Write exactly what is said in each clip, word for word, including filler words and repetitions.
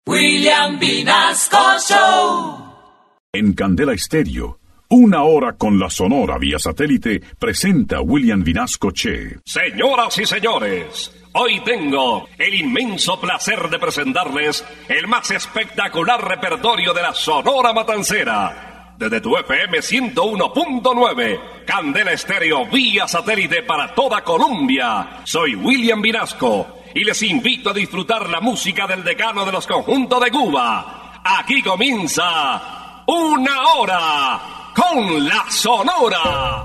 William Vinasco Show. En Candela Estéreo, una hora con la Sonora vía satélite, presenta William Vinasco Che. Señoras y señores, hoy tengo el inmenso placer de presentarles el más espectacular repertorio de la Sonora Matancera. Desde tu F M ciento uno punto nueve, Candela Estéreo vía satélite para toda Colombia. Soy William Vinasco y les invito a disfrutar la música del decano de los conjuntos de Cuba. Aquí comienza Una Hora con la Sonora.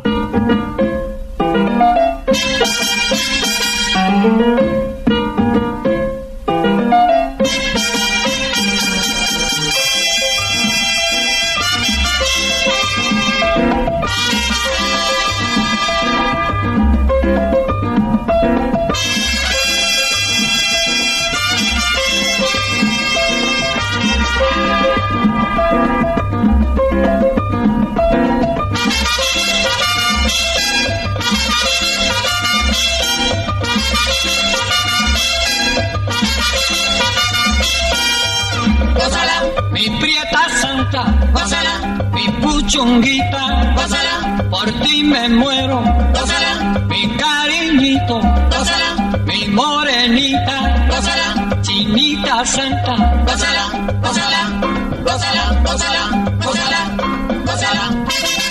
Mi prieta santa, gózala, mi puchunguita, gózala, por ti me muero, gózala, mi cariñito, gózala, mi morenita, gózala, chinita santa, gózala, gózala, gózala, gózala, gózala, gózala.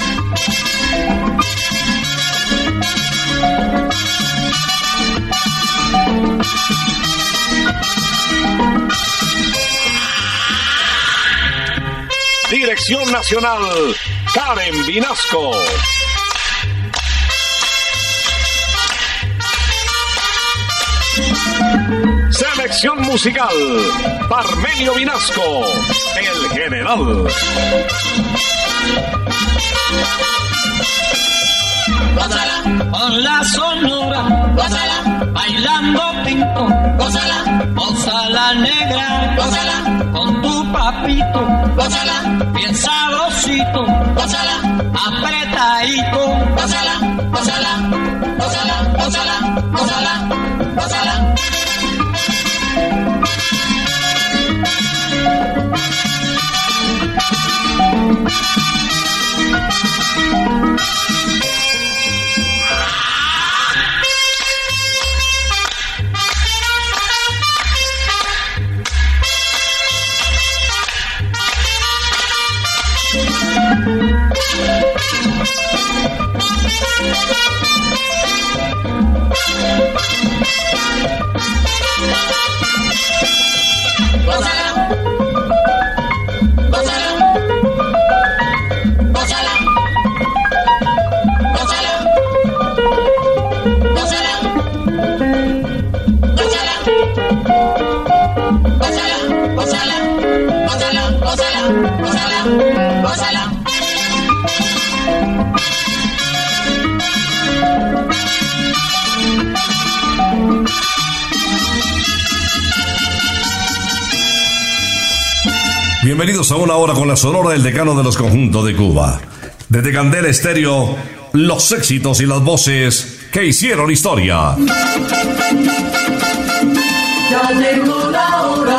Dirección Nacional, Karen Vinasco. Selección musical, Parmenio Vinasco, el general. Gózala, con la Sonora, gózala, bailando pinto, gózala, gózala negra, gózala, con tu papito, gózala, bien sabrosito, gózala, apretadito, gózala, gózala, gózala, gózala, gózala, gózala. Bienvenidos a Una Hora con la Sonora del decano de los conjuntos de Cuba. Desde Candela Estéreo, los éxitos y las voces que hicieron historia. Ya llegó la hora.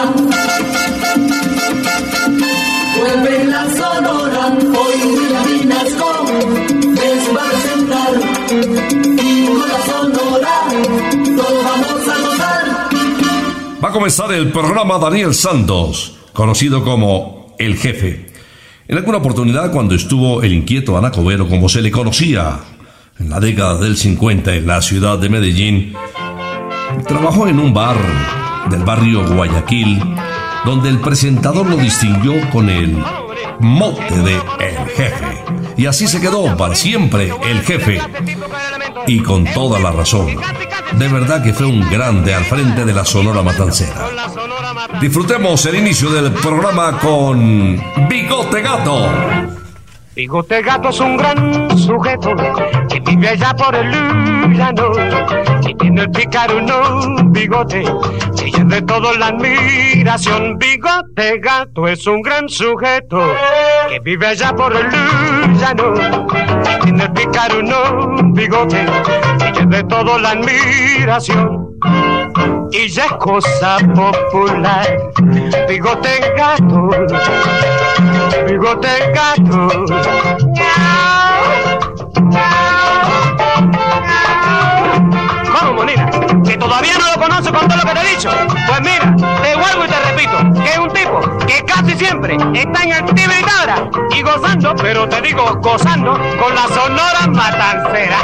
Vuelve la Sonora. Hoy William Vinasco les va a presentar. Y con la Sonora todos vamos a gozar. Va a comenzar el programa Daniel Santos, conocido como El Jefe. En alguna oportunidad, cuando estuvo el inquieto anacobero, como se le conocía, en la década del cincuenta en la ciudad de Medellín, trabajó en un bar del barrio Guayaquil, donde el presentador lo distinguió con el mote de El Jefe. Y así se quedó para siempre El Jefe. Y con toda la razón. De verdad que fue un grande al frente de la Sonora Matancera. Disfrutemos el inicio del programa con Bigote Gato. Bigote Gato es un gran sujeto que vive allá por el llano y tiene el picaruno bigote que es de todo la admiración. Bigote Gato es un gran sujeto que vive allá por el llano y tiene el picaruno bigote que es de todo la admiración. y ya es cosa popular. Bigote gato, bigote gato. Vamos, Monina, que todavía no lo conozco con todo lo que te he dicho. Pues mira, te vuelvo y te repito, que es un tipo que casi siempre está en actividad y gozando, pero te digo gozando, con la Sonora Matancera.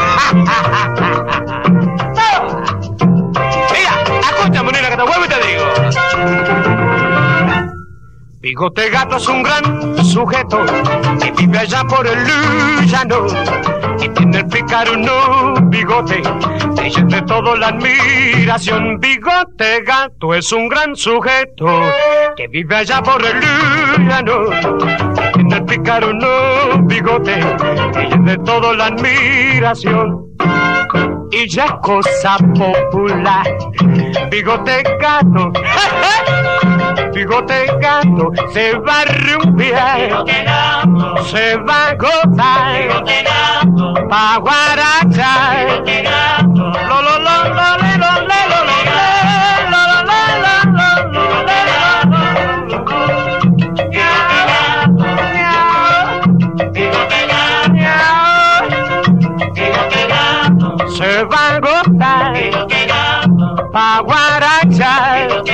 Mira, escucha, Monina, que te vuelvo y te digo. Bigote gato es un gran sujeto que vive allá por el llano y tiene el picaruno bigote, ella de todo la admiración. Bigote gato es un gran sujeto que vive allá por el llano y tiene el picaruno bigote, ella de todo la admiración. Y ya es cosa popular, bigote gato, bigote gato, se va a rumbear, se va a gozar, pa' guarachar, lo lo lo lo le lo le lo lo le lo lo lo lo le se va a gozar, pa' guarachar.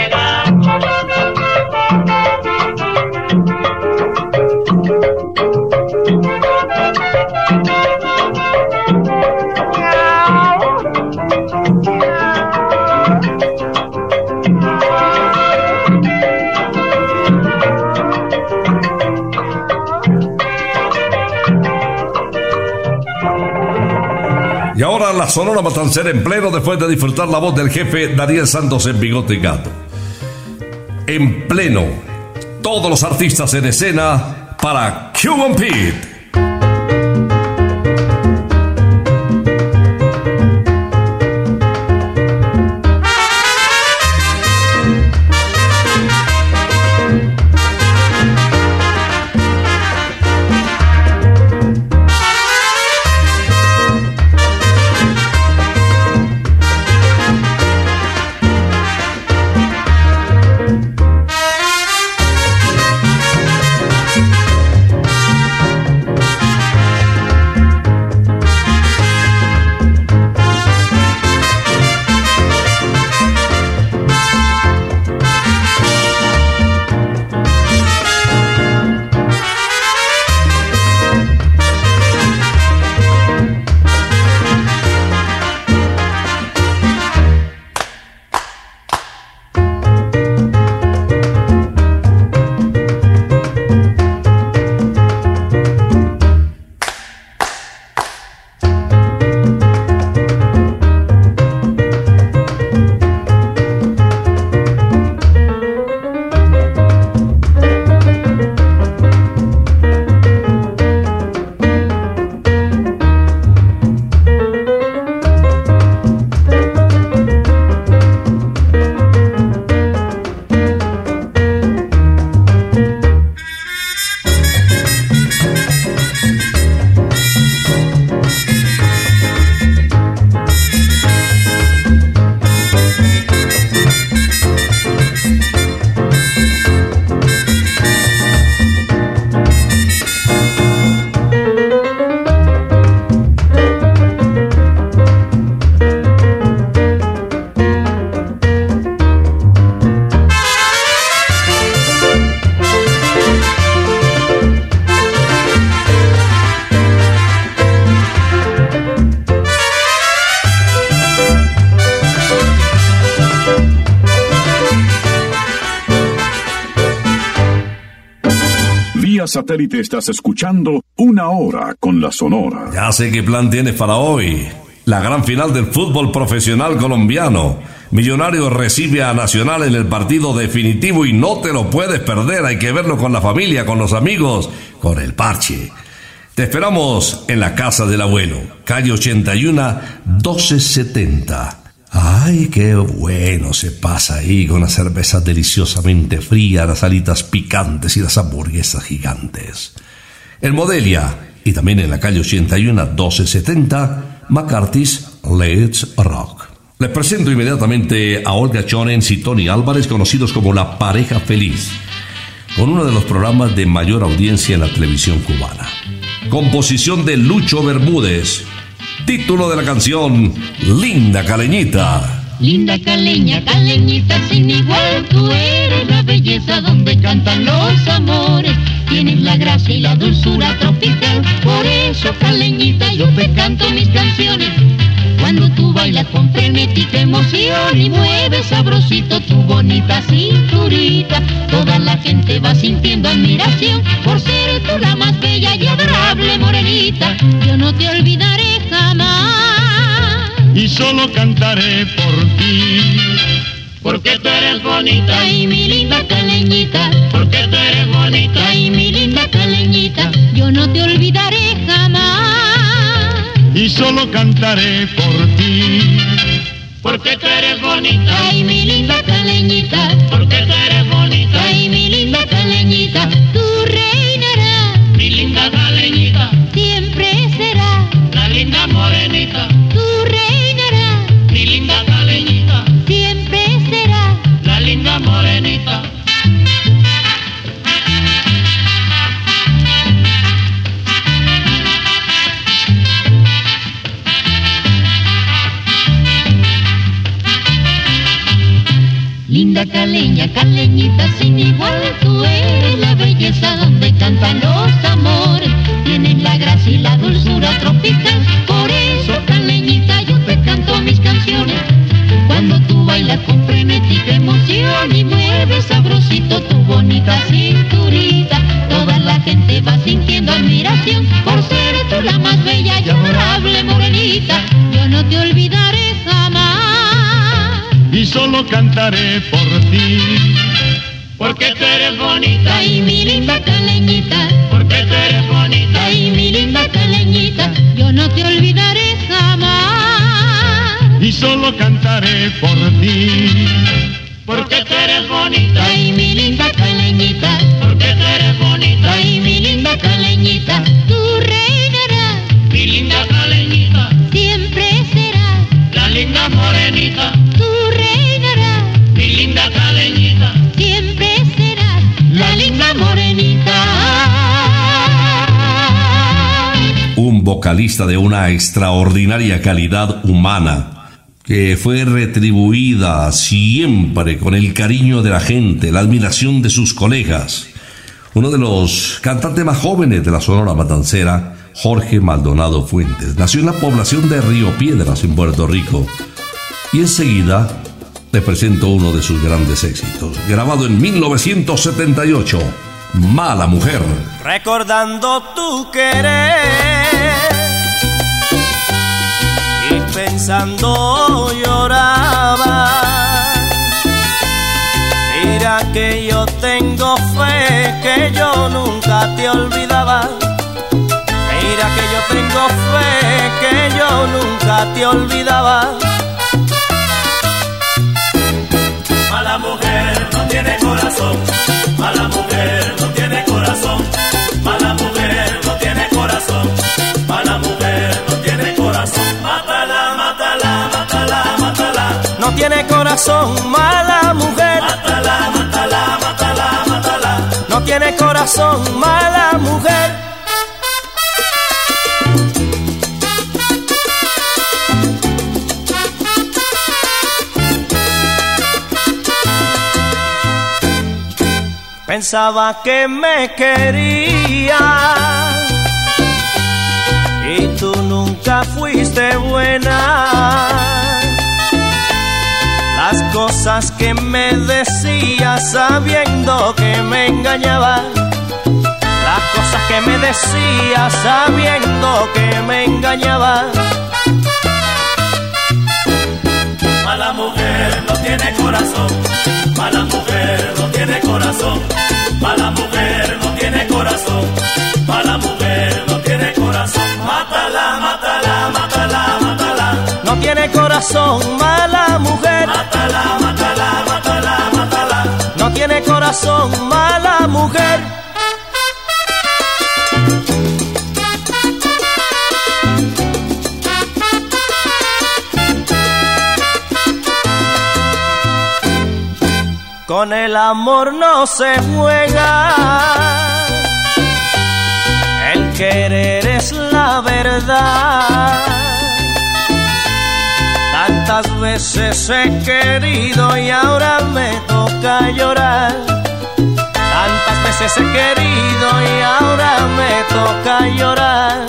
Y ahora la Sonora Matancera en pleno después de disfrutar la voz del jefe Daniel Santos en Bigote Gato. En pleno, todos los artistas en escena para Cuban Pete. Satélite estás escuchando Una Hora con la Sonora. Ya sé qué plan tienes para hoy. La gran final del fútbol profesional colombiano. Millonarios recibe a Nacional en el partido definitivo y no te lo puedes perder. Hay que verlo con la familia, con los amigos, con el parche. Te esperamos en la casa del abuelo, calle ochenta y uno, doce setenta. Ay, qué bueno se pasa ahí con las cervezas deliciosamente frías, las alitas picantes y las hamburguesas gigantes. En Modelia y también en la calle ochenta y uno, doce setenta, McCarthy's Let's Rock. Les presento inmediatamente a Olga Chonens y Tony Álvarez, conocidos como La Pareja Feliz, con uno de los programas de mayor audiencia en la televisión cubana. Composición de Lucho Bermúdez. Título de la canción, Linda Caleñita. Linda caleña, caleñita sin igual, tú eres la belleza donde cantan los amores. Tienes la gracia y la dulzura tropical, por eso caleñita yo te canto mis canciones. Cuando tú bailas con frenética emoción y mueves sabrosito tu bonita cinturita, toda la gente va sintiendo admiración por ser tú la más bella y adorable morenita. Yo no te olvidaré jamás y solo cantaré por ti, porque tú eres bonita y mi linda caleñita, porque tú eres bonita y mi linda caleñita. Yo no te olvidaré jamás y solo cantaré por ti, porque tú eres bonita y mi linda caleñita, porque tú eres bonita y mi linda caleñita. Tú reinarás, mi linda caleñita, siempre será la linda morenita. Tú reinarás, mi linda caleñita, siempre será la linda morenita. Linda caleña, caleñita sin igual, tú eres la belleza donde cantan los amores. Tienes la gracia y la dulzura tropical, por eso caleñita yo te canto mis canciones. Cuando tú bailas con frenética emoción y mueves sabrosito tu bonita cinturita, toda la gente va sintiendo admiración por ser tú la más bella y adorable morenita. Yo no te olvidaré jamás y solo cantaré por ti, porque tú eres bonita y mi linda caleñita, porque tú eres bonita y mi linda caleñita. Yo no te olvidaré jamás y solo cantaré por ti, porque tú eres bonita y mi linda caleñita, porque tú eres bonita y mi linda caleñita. Tú reinarás, mi linda caleñita, siempre será la linda morenita. Tú reinarás, mi linda caleñita, siempre serás la linda morenita. Un vocalista de una extraordinaria calidad humana, que fue retribuida siempre con el cariño de la gente, la admiración de sus colegas. Uno de los cantantes más jóvenes de la Sonora Matancera, Jorge Maldonado Fuentes, nació en la población de Río Piedras, en Puerto Rico. Y enseguida te presento uno de sus grandes éxitos, grabado en mil novecientos setenta y ocho, Mala Mujer. Recordando tu querer y pensando lloraba. Mira que yo tengo fe, que yo nunca te olvidaba. Mira que yo tengo fe, que yo nunca te olvidaba. Mala mujer no tiene corazón, mala mujer no tiene corazón, mala mujer no tiene corazón, mala mujer no tiene corazón. Mátala, mátala, mátala, mátala. No tiene corazón, mala mujer. Mátala, mátala, mátala, mátala. No tiene corazón, mala mujer. Pensaba que me quería y tú nunca fuiste buena. Las cosas que me decías sabiendo que me engañaba. Las cosas que me decías sabiendo que me engañaba. Mala mujer no tiene corazón, mala mujer no tiene corazón, mala mujer no tiene corazón, mala mujer no tiene corazón. Mátala, mátala, mátala, mátala. No tiene corazón, mala mujer. Mátala, mátala, mátala, mátala. No tiene corazón, mala mujer. con el amor no se juega, el querer es la verdad. Tantas veces he querido y ahora me toca llorar. Tantas veces he querido y ahora me toca llorar.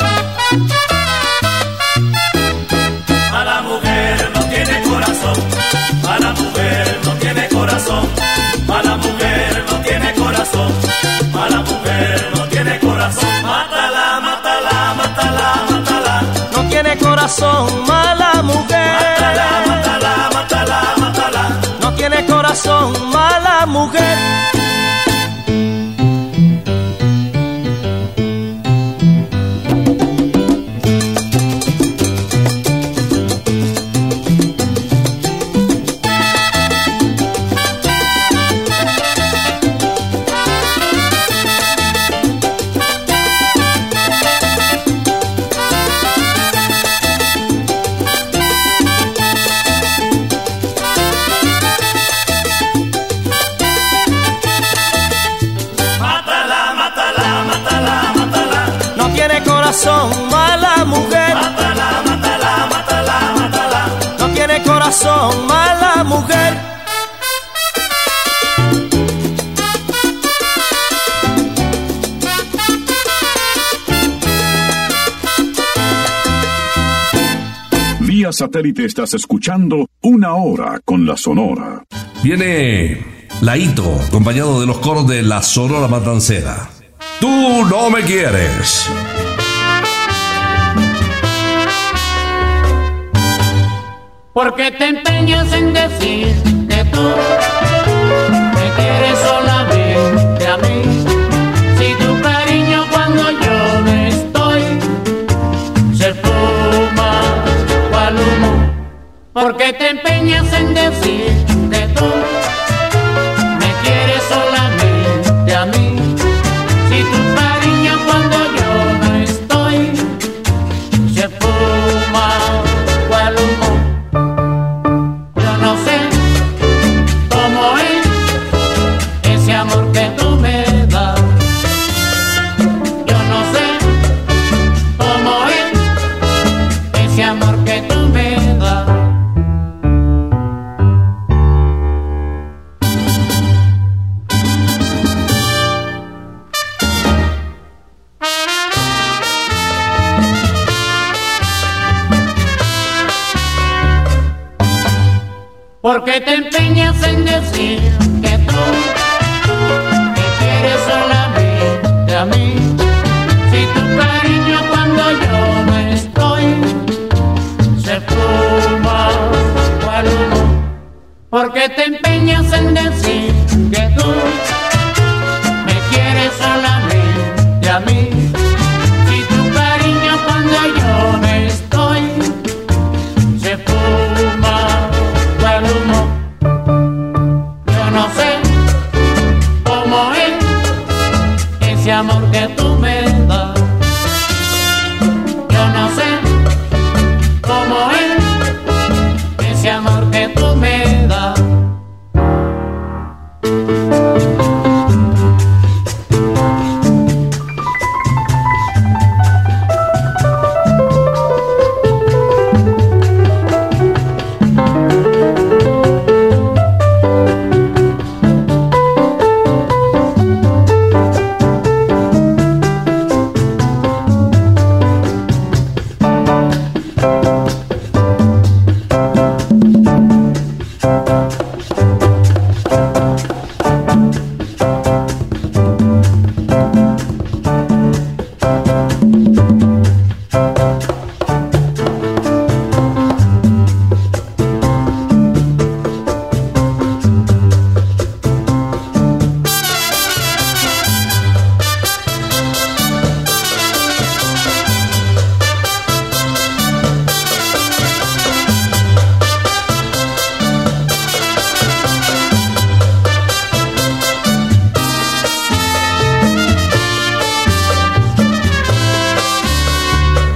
A la mujer no tiene corazón, a la mujer no tiene corazón, a la mujer no tiene corazón, a la mujer no tiene corazón. Mátala, mátala, mátala, mátala. No tiene corazón, mala mujer. Mátala, mátala, mátala, mátala. No tiene corazón, mala mujer. Corazón, mala mujer. Mátala, mátala, mátala, mátala. No tiene corazón, mala mujer. Vía satélite estás escuchando Una Hora con la Sonora. Viene Laito, acompañado de los coros de la Sonora Matancera. Tú no me quieres. Porque te empeñas en decir que tú me quieres solamente a mí. Si tu cariño cuando yo no estoy se fuma cual humo. Porque te empeñas en decir que tú me quieres solamente a mí. Si tu cariño cuando yo no estoy se fuma cual humo. Porque te empeñas en decir que tú me quieres solamente a mí. Si tu cariño cuando yo no estoy se fuma cual humo. Porque te empeñas en decir que tú me quieres solamente a mí. Si tu cariño cuando yo no estoy se fuma cual humo. Yo no sé cómo es ese amor que tú me das. Yo no sé cómo es ese amor que tú me das.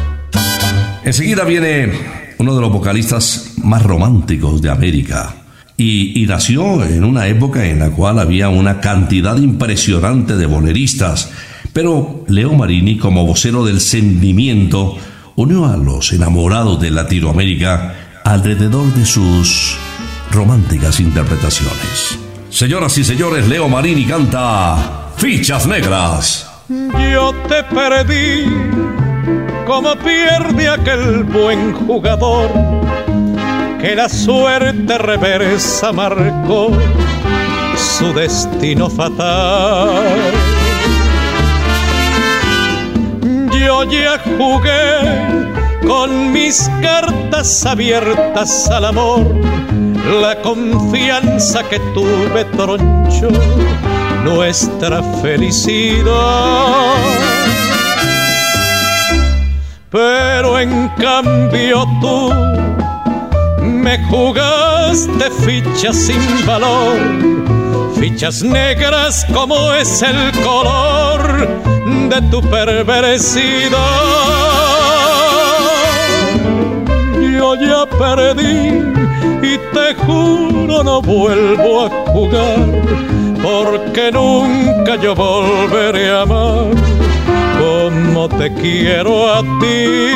Enseguida viene uno de los vocalistas más románticos de América, y, y nació en una época en la cual había una cantidad impresionante de boleristas, pero Leo Marini, como vocero del sentimiento, unió a los enamorados de Latinoamérica alrededor de sus románticas interpretaciones. Señoras y señores, Leo Marini canta Fichas Negras. Yo te perdí como pierde aquel buen jugador que la suerte reversa marcó su destino fatal. Yo ya jugué con mis cartas abiertas al amor, la confianza que tuve tronchó nuestra felicidad. Pero en cambio tú me jugaste fichas sin valor, fichas negras como es el color de tu perversidad. Yo ya perdí y te juro no vuelvo a jugar, porque nunca yo volveré a amar como te quiero a ti.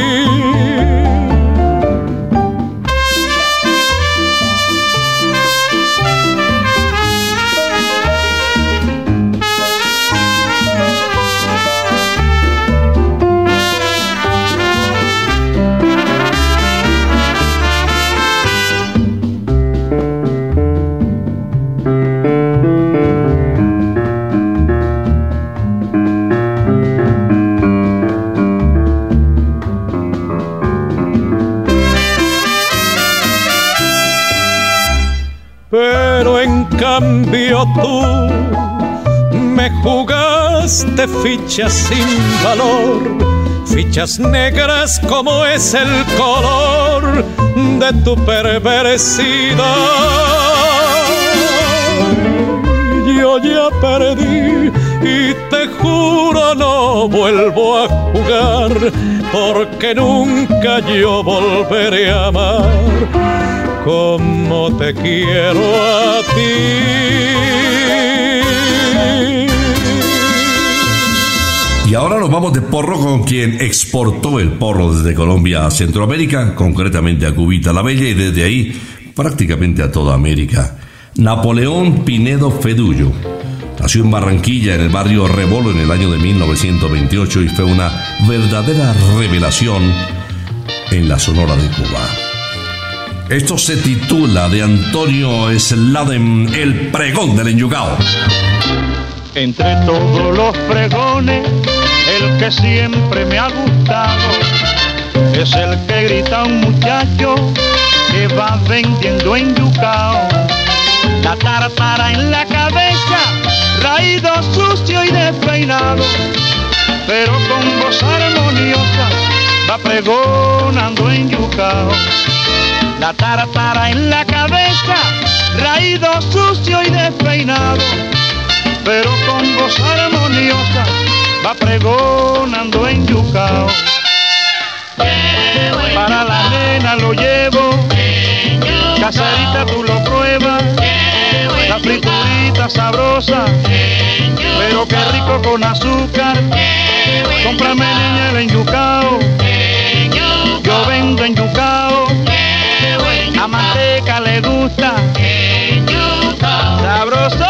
Pero en cambio tú me jugaste fichas sin valor, fichas negras como es el color de tu perversidad. Yo ya perdí y te juro no vuelvo a jugar, porque nunca yo volveré a amar como te quiero a ti. Y ahora nos vamos de porro con quien exportó el porro desde Colombia a Centroamérica, concretamente a Cubita la Bella, y desde ahí prácticamente a toda América. Napoleón Pinedo Fedullo nació en Barranquilla, en el barrio Rebolo, en el año de mil novecientos veintiocho, y fue una verdadera revelación en la Sonora de Cuba. Esto se titula de Antonio Sladen, El Pregón del Enyucao. Entre todos los pregones, el que siempre me ha gustado es el que grita un muchacho que va vendiendo en Yucao. La tártara en la cabeza, raído sucio y despeinado, pero con voz armoniosa va pregonando en Yucao. La tártara en la cabeza, raído sucio y despeinado, pero con voz armoniosa va pregonando en Yucao. Para la nena lo llevo, caserita tú lo pruebas, la friturita sabrosa, pero qué rico con azúcar. Cómprame niña el enyucao, yo vendo en Yucao, la manteca le gusta, sabroso.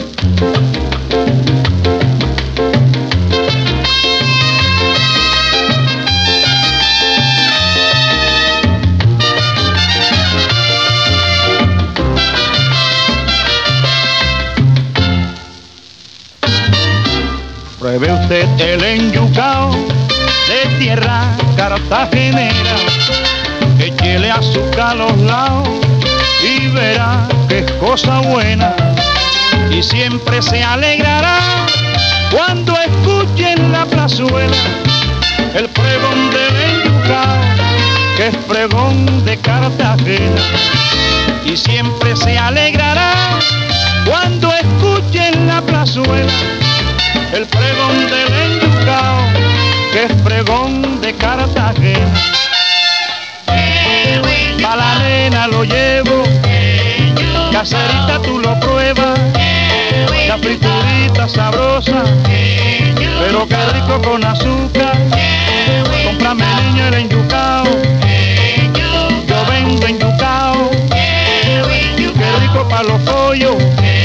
Pruebe usted el enyucao de tierra cartagenera, échele azúcar a los lados y verá que es cosa buena, y siempre se alegrará cuando escuche en la plazuela el pregón del enyucao, que es pregón de Cartagena, y siempre se alegrará cuando escuche en la plazuela el pregón del enyucao, que es pregón de Cartagena. Pa' la nena lo llevo, caserita tú lo pruebas, la friturita sabrosa, pero qué rico con azúcar. Cómprame niño el enyucao, yo vendo enyucao, qué rico pa' los pollos.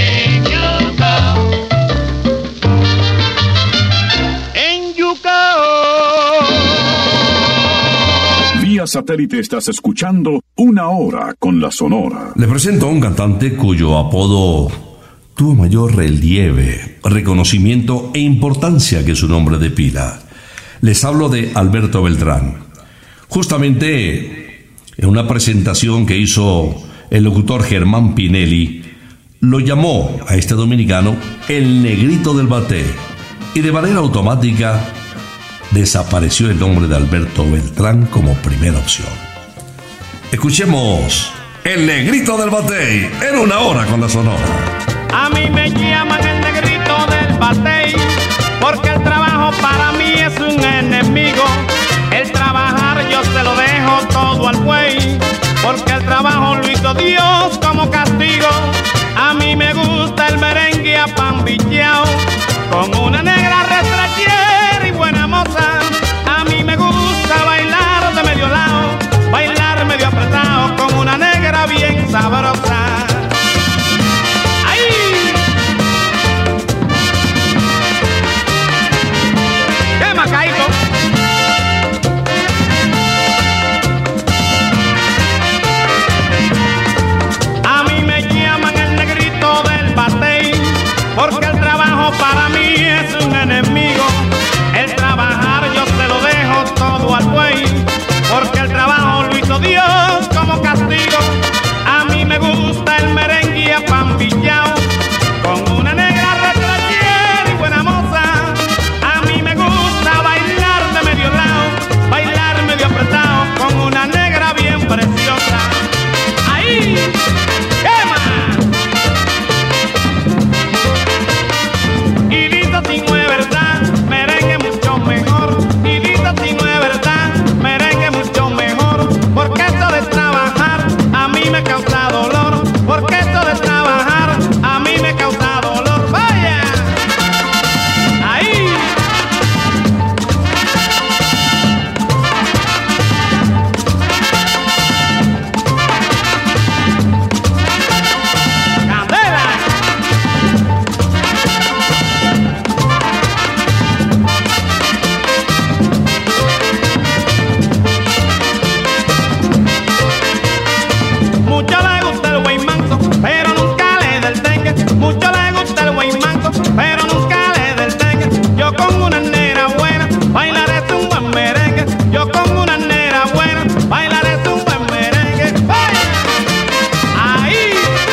Vía satélite estás escuchando Una Hora con la Sonora. Le presento a un cantante cuyo apodo tuvo mayor relieve, reconocimiento e importancia que su nombre de pila. Les hablo de Alberto Beltrán. Justamente en una presentación que hizo el locutor Germán Pinelli, lo llamó a este dominicano el Negrito del Batey, y de manera automática desapareció el nombre de Alberto Beltrán como primera opción. Escuchemos el Negrito del Batey en Una Hora con la Sonora. A mí me llaman el Negrito del Batey porque el trabajo para mí es un enemigo. El trabajar yo se lo dejo todo al buey, porque el trabajo lo hizo Dios como castigo. A mí me gusta el merengue apambillao con una negra retrachera y buena moza. A mí me gusta bailar de medio lado, bailar medio apretado con una negra bien sabrosa. ¡Ay! ¡Qué macaíto! A mí me llaman el Negrito del Batey porque el trabajo para mí es un enemigo. El trabajar yo se lo dejo todo al buey, porque el trabajo lo hizo Dios como castigo. A mí me gusta el merengue apambillao con una negra retrachera y buena moza. A mí me gusta bailar de medio lado, bailar medio apretado con una negra bien preciosa. ¡Ahí! ¡Quema! Y dice si no es verdad, merengue mucho mejor. Y dice si no es verdad, merengue mucho mejor. Porque esto de trabajar a mí me causa dolor. Porque esto de trabajar a mí me causa dolor. ¡Vaya! ¡Ahí! ¡Candela! Mucho le gusta el güey manso, pero nunca le del dengue. Mucho le gusta el güey manso, pero nunca le del dengue. Yo con una nera buena bailaré un buen merengue. Yo con una nera buena bailaré un buen merengue. ¡Vaya! ¡Ahí!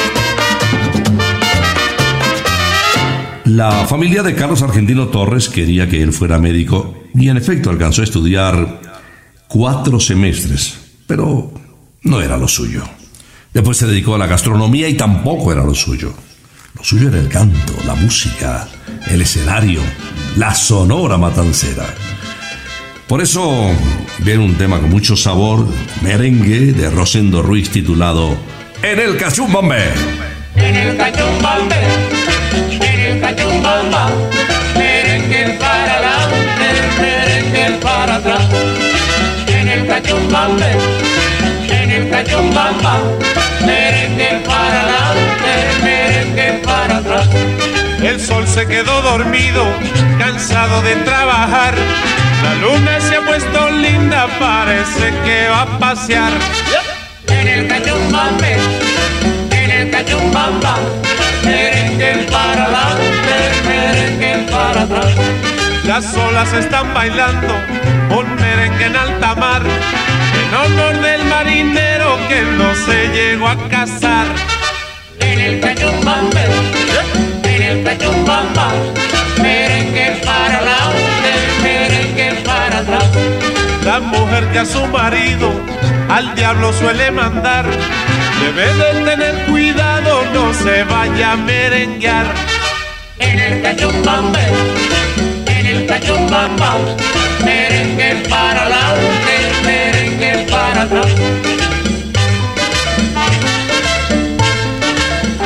La familia de Carlos Argentino Torres quería que él fuera médico y en efecto alcanzó a estudiar cuatro semestres, pero no era lo suyo. Después se dedicó a la gastronomía y tampoco era lo suyo. Lo suyo era el canto, la música, el escenario, la sonora matancera. Por eso viene un tema con mucho sabor, merengue de Rosendo Ruiz titulado En el Cachumbambe. En el cachumbambe, en el cachumbamba, merengue para adelante, merengue para atrás. En el cachumbambe, en el cachumbamba, merengue para adelante, merengue para atrás. El sol se quedó dormido, cansado de trabajar. La luna se ha puesto linda, parece que va a pasear. En el cachumbambe, en el cachumbamba, merengue para adelante, merengue para atrás. Las olas están bailando un merengue en alta mar, en honor del marinero que no se llegó a casar. En el cachumbambe, en el cachumbamba, merengue para adelante, merengue para atrás. La mujer que a su marido al diablo suele mandar, debe de tener cuidado, no se vaya a merenguear. En el cachumbambe, en el cachumbamba, merengue para adelante, merengue para atrás.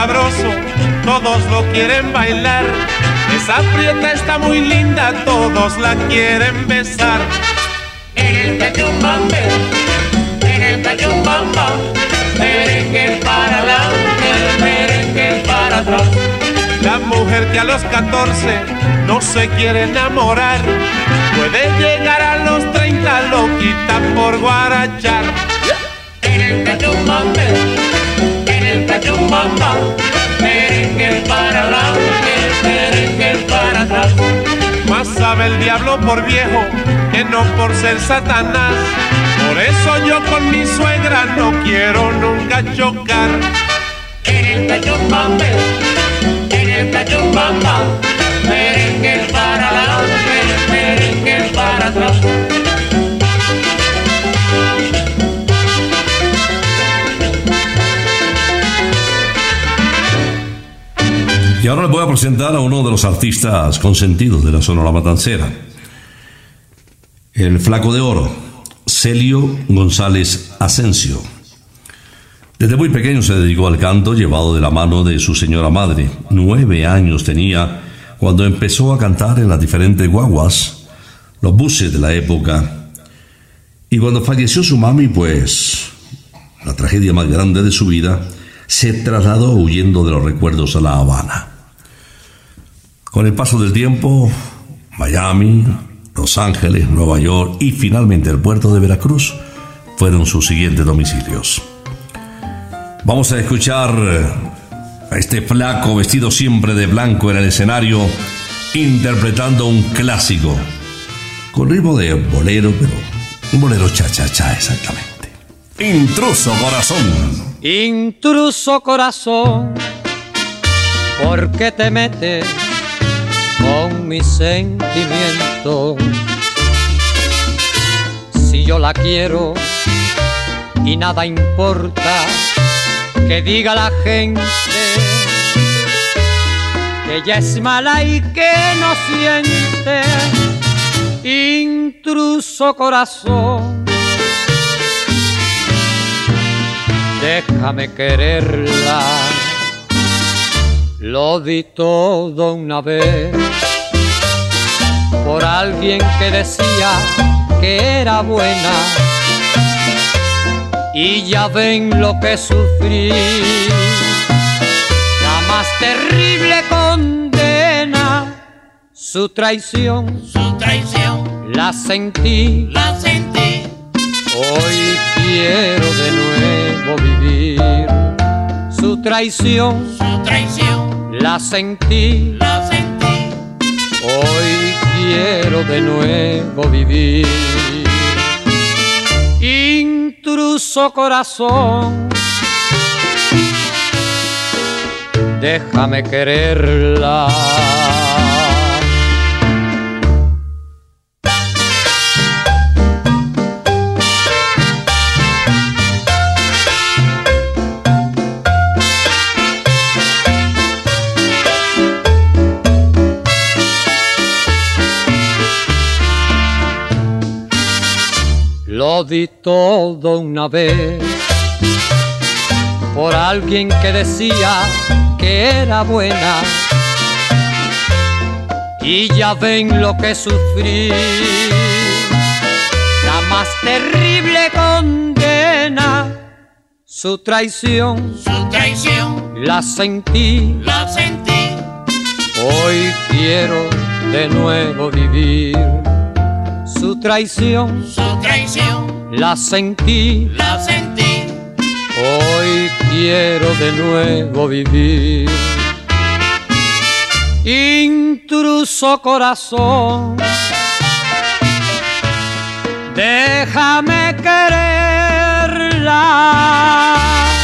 sabroso, todos lo quieren bailar. Esa prieta está muy linda, todos la quieren besar. En el cachumbambé, en el cachumbamba, merengue para adelante, merengue para atrás. La mujer que a los catorce no se quiere enamorar, puede llegar a los treinta, lo quita por guarachar. En el cachumbambé, en el cachumbamba, merengue para adelante, merengue para atrás. Más sabe el diablo por viejo que no por ser Satanás. Por eso yo con mi suegra no quiero nunca chocar. En el cachumbambé, en el cachumbamba, merengue para adelante, merengue para atrás. Y ahora les voy a presentar a uno de los artistas consentidos de la Sonora Matancera, el Flaco de Oro, Celio González Asensio. Desde muy pequeño se dedicó al canto, llevado de la mano de su señora madre. Nueve años tenía cuando empezó a cantar en las diferentes guaguas, los buses de la época. Y cuando falleció su mami, pues, la tragedia más grande de su vida, se trasladó huyendo de los recuerdos a La Habana. Con el paso del tiempo, Miami, Los Ángeles, Nueva York y finalmente el puerto de Veracruz fueron sus siguientes domicilios. Vamos a escuchar a este flaco vestido siempre de blanco en el escenario interpretando un clásico con ritmo de bolero, pero un bolero cha-cha-cha exactamente. Intruso corazón. Intruso corazón, ¿por qué te metes con mis sentimientos? Si yo la quiero y nada importa que diga la gente que ella es mala y que no siente. Intruso corazón, déjame quererla, lo di todo una vez por alguien que decía que era buena y ya ven lo que sufrí. La más terrible condena, su traición, su traición, la sentí, la sentí. Hoy quiero de nuevo vivir su traición, su traición, la sentí, la sentí. Hoy quiero de nuevo vivir. Intruso corazón, déjame quererla. Lo di todo una vez por alguien que decía que era buena y ya ven lo que sufrí. La más terrible condena, su traición, su traición, la sentí, la sentí. Hoy quiero de nuevo vivir su traición, su traición, la sentí, la sentí. Hoy quiero de nuevo vivir. Intruso corazón, déjame quererla.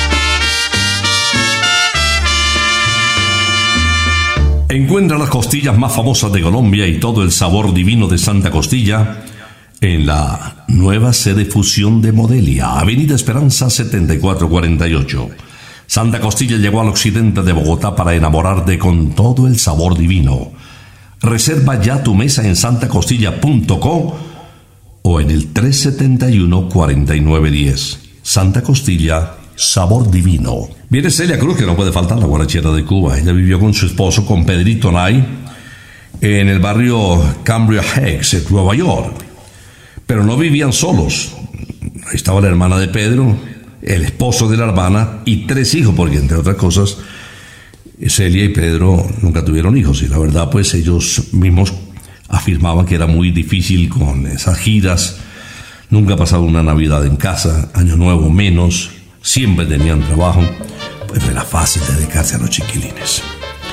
Encuentra las costillas más famosas de Colombia y todo el sabor divino de Santa Costilla en la nueva sede Fusión de Modelia, Avenida Esperanza setenta y cuatro cuarenta y ocho. Santa Costilla llegó al occidente de Bogotá para enamorarte con todo el sabor divino. Reserva ya tu mesa en santa costilla punto co o en el tres siete uno, cuatro nueve uno cero. Santa Costilla, Sabor Divino. Viene Celia Cruz, que no puede faltar, la guarachera de Cuba. Ella vivió con su esposo, con Pedrito Nay, en el barrio Cambria Heights, en Nueva York. Pero no vivían solos. Ahí estaba la hermana de Pedro, el esposo de la hermana y tres hijos, porque entre otras cosas, Celia y Pedro nunca tuvieron hijos. Y la verdad, pues ellos mismos afirmaban que era muy difícil con esas giras. Nunca pasaba una Navidad en casa, Año Nuevo menos, siempre tenían trabajo, pues no era fácil dedicarse a los chiquilines.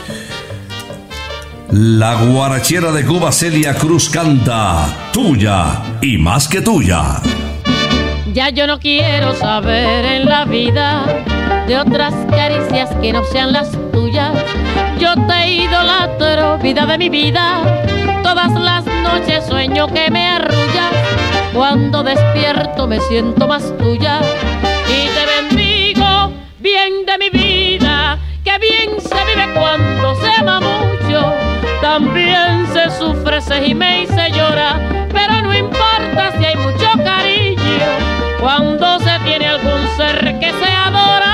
La guarachera de Cuba, Celia Cruz, canta Tuya y más que tuya. Ya yo no quiero saber en la vida de otras caricias que no sean las tuyas. Yo te idolatro, vida de mi vida. Todas las noches sueño que me arrullas. Cuando despierto me siento más tuya. Y te bendigo, bien de mi vida. Que bien se vive cuando se ama mucho. También se sufre, se gime y se llora. Pero no importa si hay mucho cariño cuando se tiene algún ser que se adora.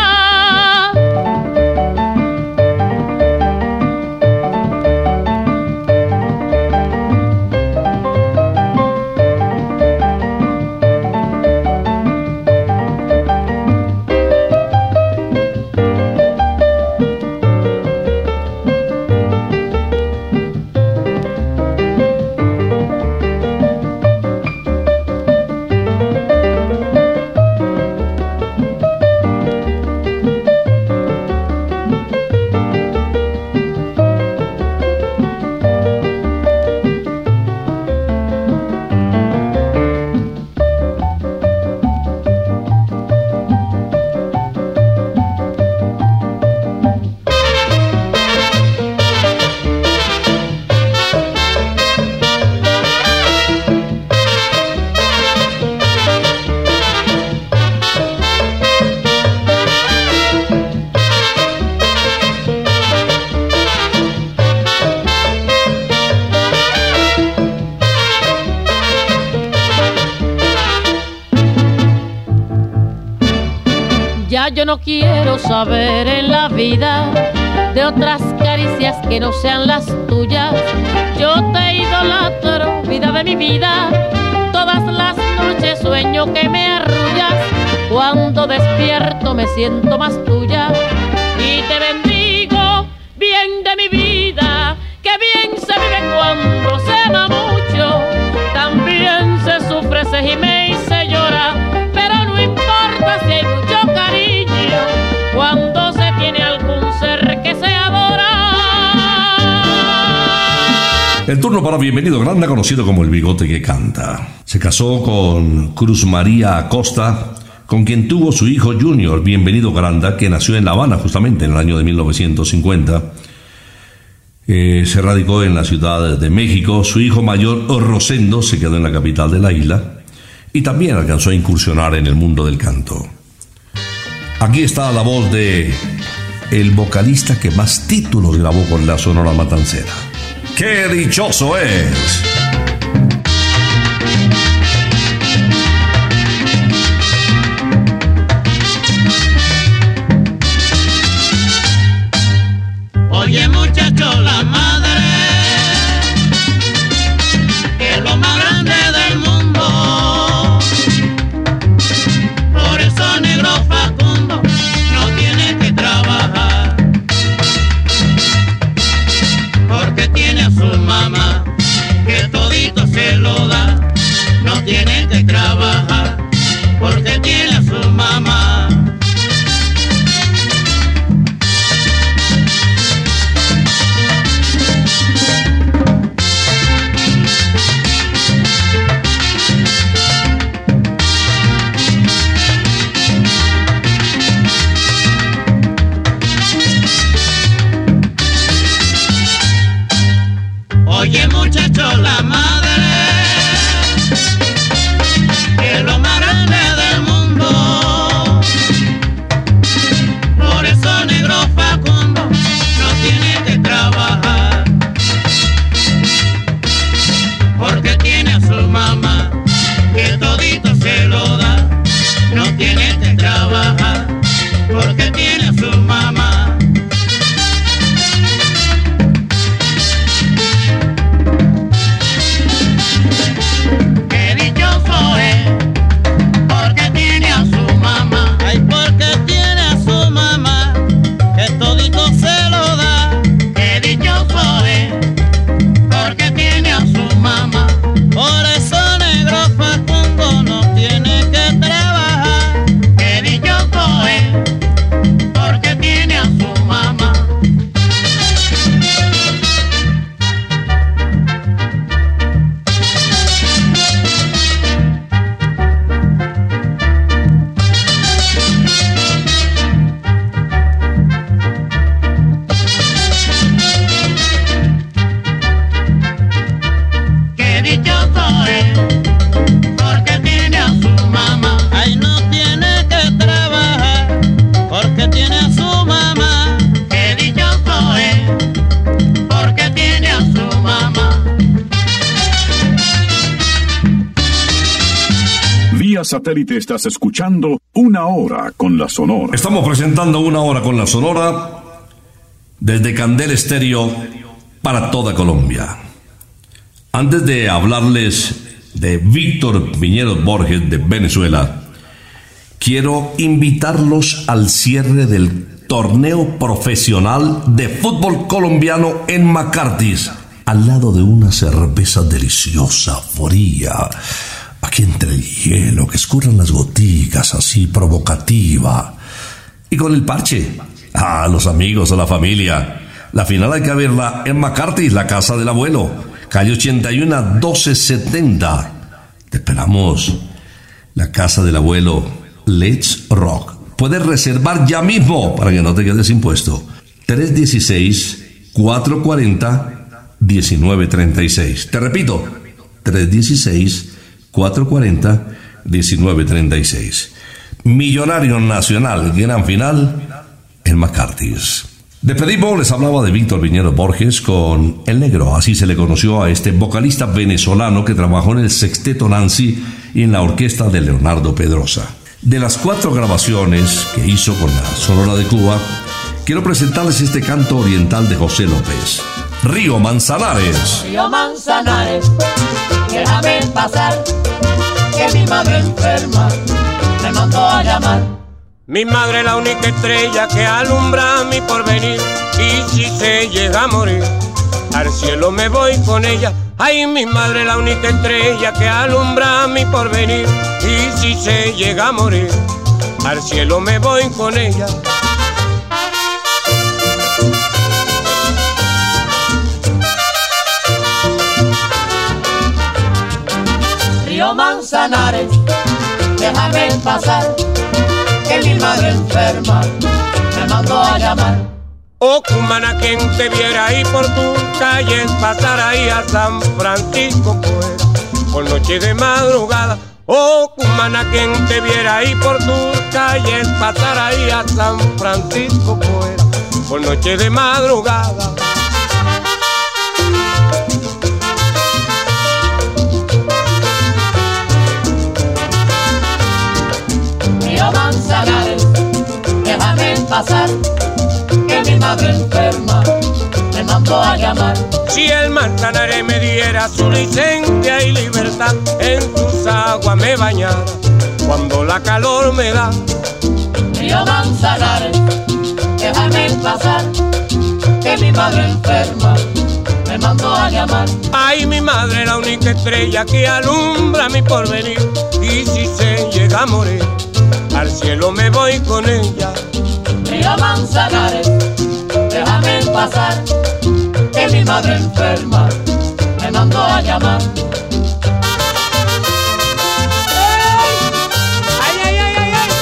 Yo no quiero saber en la vida de otras caricias que no sean las tuyas. Yo te idolatro, vida de mi vida. Todas las noches sueño que me arrullas. Cuando despierto me siento más tuya. Y te bendigo, bien de mi vida. Que bien se vive cuando se ama mucho. También se sufre, se gime y se llora. Pero no importa si hay mucho cariño cuando se tiene algún ser que se adora. El turno para Bienvenido Granda, conocido como el Bigote que Canta. Se casó con Cruz María Acosta, con quien tuvo su hijo Junior Bienvenido Granda, que nació en La Habana justamente en el año de mil novecientos cincuenta. Eh, se radicó en la Ciudad de México. Su hijo mayor, Rosendo, se quedó en la capital de la isla y también alcanzó a incursionar en el mundo del canto. Aquí está la voz de el vocalista que más títulos grabó con la Sonora Matancera. ¡Qué dichoso es! Oye muchacho, la madre, que es lo más grande del mundo. Por eso negro Facundo no tiene que trabajar, porque tiene a su mamá que todo satélite estás escuchando Una Hora con la Sonora. Estamos presentando Una Hora con la Sonora desde Candela Estéreo para toda Colombia. Antes de hablarles de Víctor Piñeros Borges de Venezuela, quiero invitarlos al cierre del torneo profesional de fútbol colombiano en McCarthy's, al lado de una cerveza deliciosa, fría, aquí entre el hielo, que escurran las goticas, así provocativa, y con el parche. Ah, los amigos o la familia. La final hay que verla en McCarthy's, la casa del abuelo, calle ochenta y uno, doce setenta. Te esperamos. La casa del abuelo, Let's Rock. Puedes reservar ya mismo para que no te quedes sin puesto. tres uno seis, cuatro cuatro cero, uno nueve tres seis. Te repito, tres uno seis, cuatro cuatro cero, uno nueve tres seis. Millonario Nacional, gran final en McCarthy's. Despedimos, les hablaba de Víctor Piñeros Borges con El Negro, así se le conoció a este vocalista venezolano que trabajó en el Sexteto Nancy y en la orquesta de Leonardo Pedrosa. De las cuatro grabaciones que hizo con la Sonora de Cuba, quiero presentarles este canto oriental de José López, Río Manzanares. Río Manzanares, déjame pasar, que mi madre enferma me mandó a llamar. Mi madre es la única estrella que alumbra mi porvenir, y si se llega a morir, al cielo me voy con ella. Ay, mi madre es la única estrella que alumbra mi porvenir, y si se llega a morir, al cielo me voy con ella. Río Manzanares, déjame pasar, que mi madre enferma me mandó a llamar. Oh, cumana, quien te viera ahí por tus calles, pasar ahí a San Francisco fuera, por noche de madrugada. Oh, cumana, quien te viera ahí por tus calles, pasar ahí a San Francisco fuera, por noche de madrugada. Río Manzanares, déjame pasar, que mi madre enferma me mandó a llamar. Si el Manzanares me diera su licencia y libertad, en sus aguas me bañara cuando la calor me da. Río Manzanares, déjame pasar, que mi madre enferma me mandó a llamar. Ay, mi madre, la única estrella que alumbra mi porvenir, y si se llega a morir, al cielo me voy con ella. Río Manzanares, déjame pasar, que mi madre enferma me mandó a llamar. ¡Ay, ay, ay, ay, ay!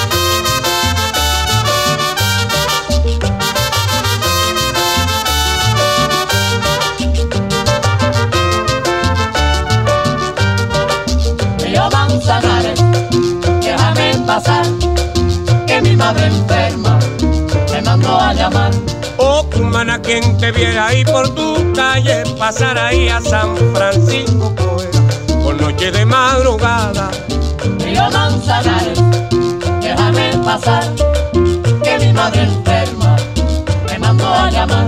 Río Manzanares, déjame pasar, que mi madre enferma me mandó a llamar. Oh, cumana, quien te viera ahí por tu calle, pasar ahí a San Francisco fuera, por noche de madrugada. Río Manzanares, déjame pasar, que mi madre enferma me mandó a llamar.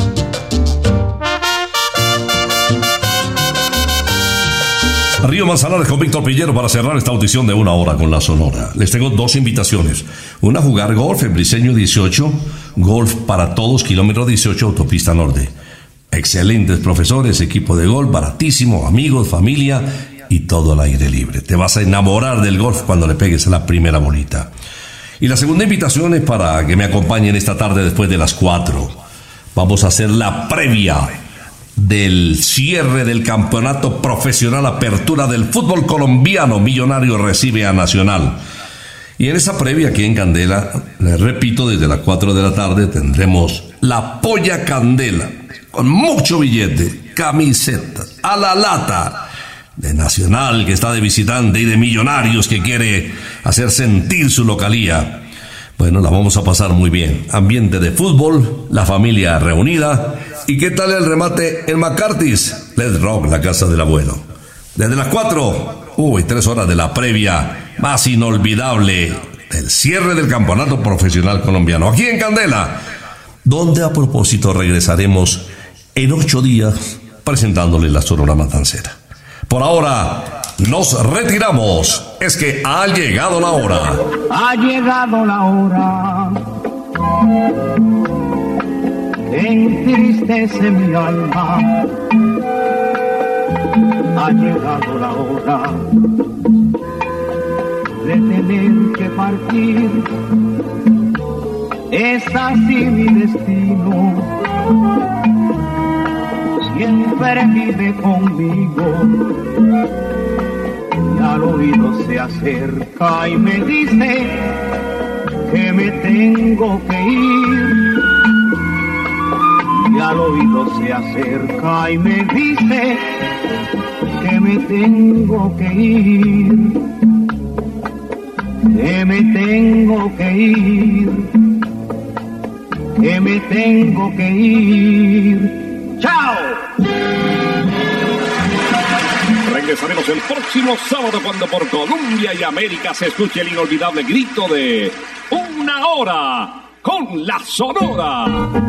Río Manzanares con Víctor Piñeros para cerrar esta audición de Una Hora con la Sonora. Les tengo dos invitaciones. Una, a jugar golf en Briceño dieciocho, golf para todos, kilómetro dieciocho, autopista norte. Excelentes profesores, equipo de golf, baratísimo, amigos, familia y todo al aire libre. Te vas a enamorar del golf cuando le pegues a la primera bolita. Y la segunda invitación es para que me acompañen esta tarde después de las cuatro. Vamos a hacer la previa del cierre del campeonato profesional apertura del fútbol colombiano. Millonario recibe a Nacional. Y en esa previa aquí en Candela, les repito, desde las cuatro de la tarde tendremos la polla Candela, con mucho billete, camisetas, a la lata, de Nacional que está de visitante y de Millonarios que quiere hacer sentir su localía. Bueno, la vamos a pasar muy bien. Ambiente de fútbol, la familia reunida. ¿Y qué tal el remate en McCarthy's? Let's Rock, la casa del abuelo. Desde las cuatro, uy, tres horas de la previa más inolvidable del cierre del campeonato profesional colombiano, aquí en Candela, donde a propósito regresaremos en ocho días presentándole la Sonora Matancera. Por ahora nos retiramos, es que ha llegado la hora. Ha llegado la hora, entristece mi alma. Ha llegado la hora de tener que partir. Es así mi destino, siempre vive conmigo. Y al oído se acerca y me dice que me tengo que ir. Y al oído se acerca y me dice que me tengo que ir, que me tengo que ir, que me tengo que ir. ¡Chao! Regresaremos el próximo sábado cuando por Colombia y América se escuche el inolvidable grito de Una Hora con la Sonora.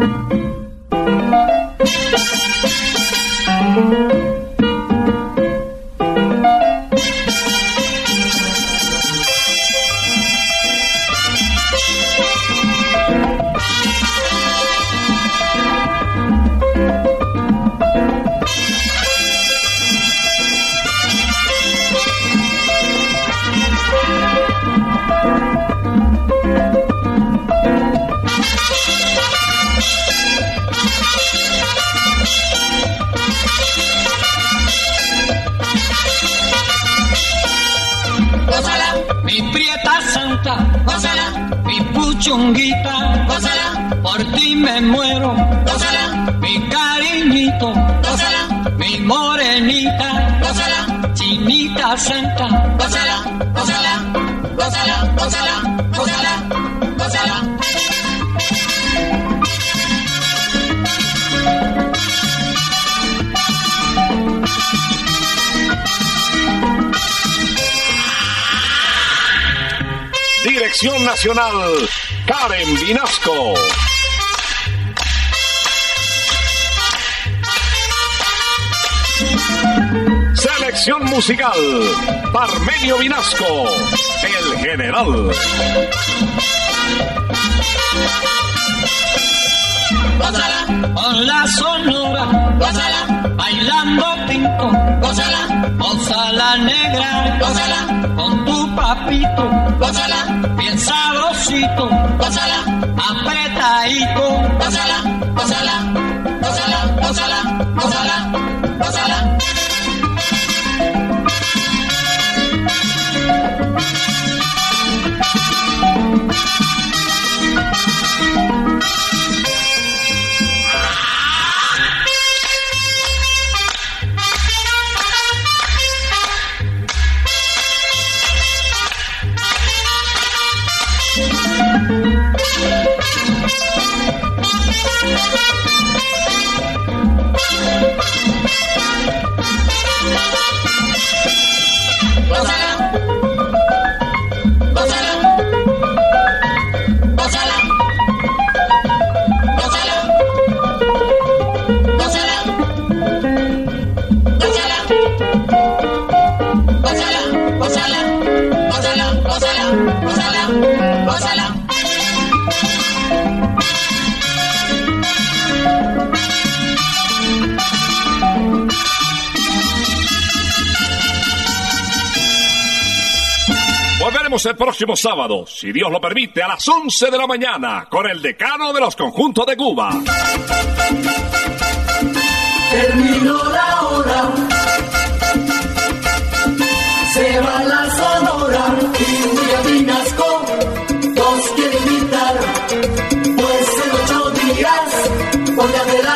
Gózala, mi puchunguita, gózala, por ti me muero, gózala, mi cariñito, gózala, mi morenita, gózala, chinita santa, gózala, gózala, gózala, gózala, gózala, gózala. Dirección Nacional, Karen Vinasco. Selección musical, Parmenio Vinasco, el general. Gózala, con la Sonora, gózala, bailando pinto, gózala, gózala negra, gózala, con tu papito, gózala, bien sabrosito, gózala, apretadito, gózala, gózala, gózala, gózala, gózala, gózala. Volveremos el próximo sábado, si Dios lo permite, a las once de la mañana, con el decano de los conjuntos de Cuba. Terminó la hora, se va la Sonora y William Vinasco nos quiere invitar, pues en ocho días, por la de la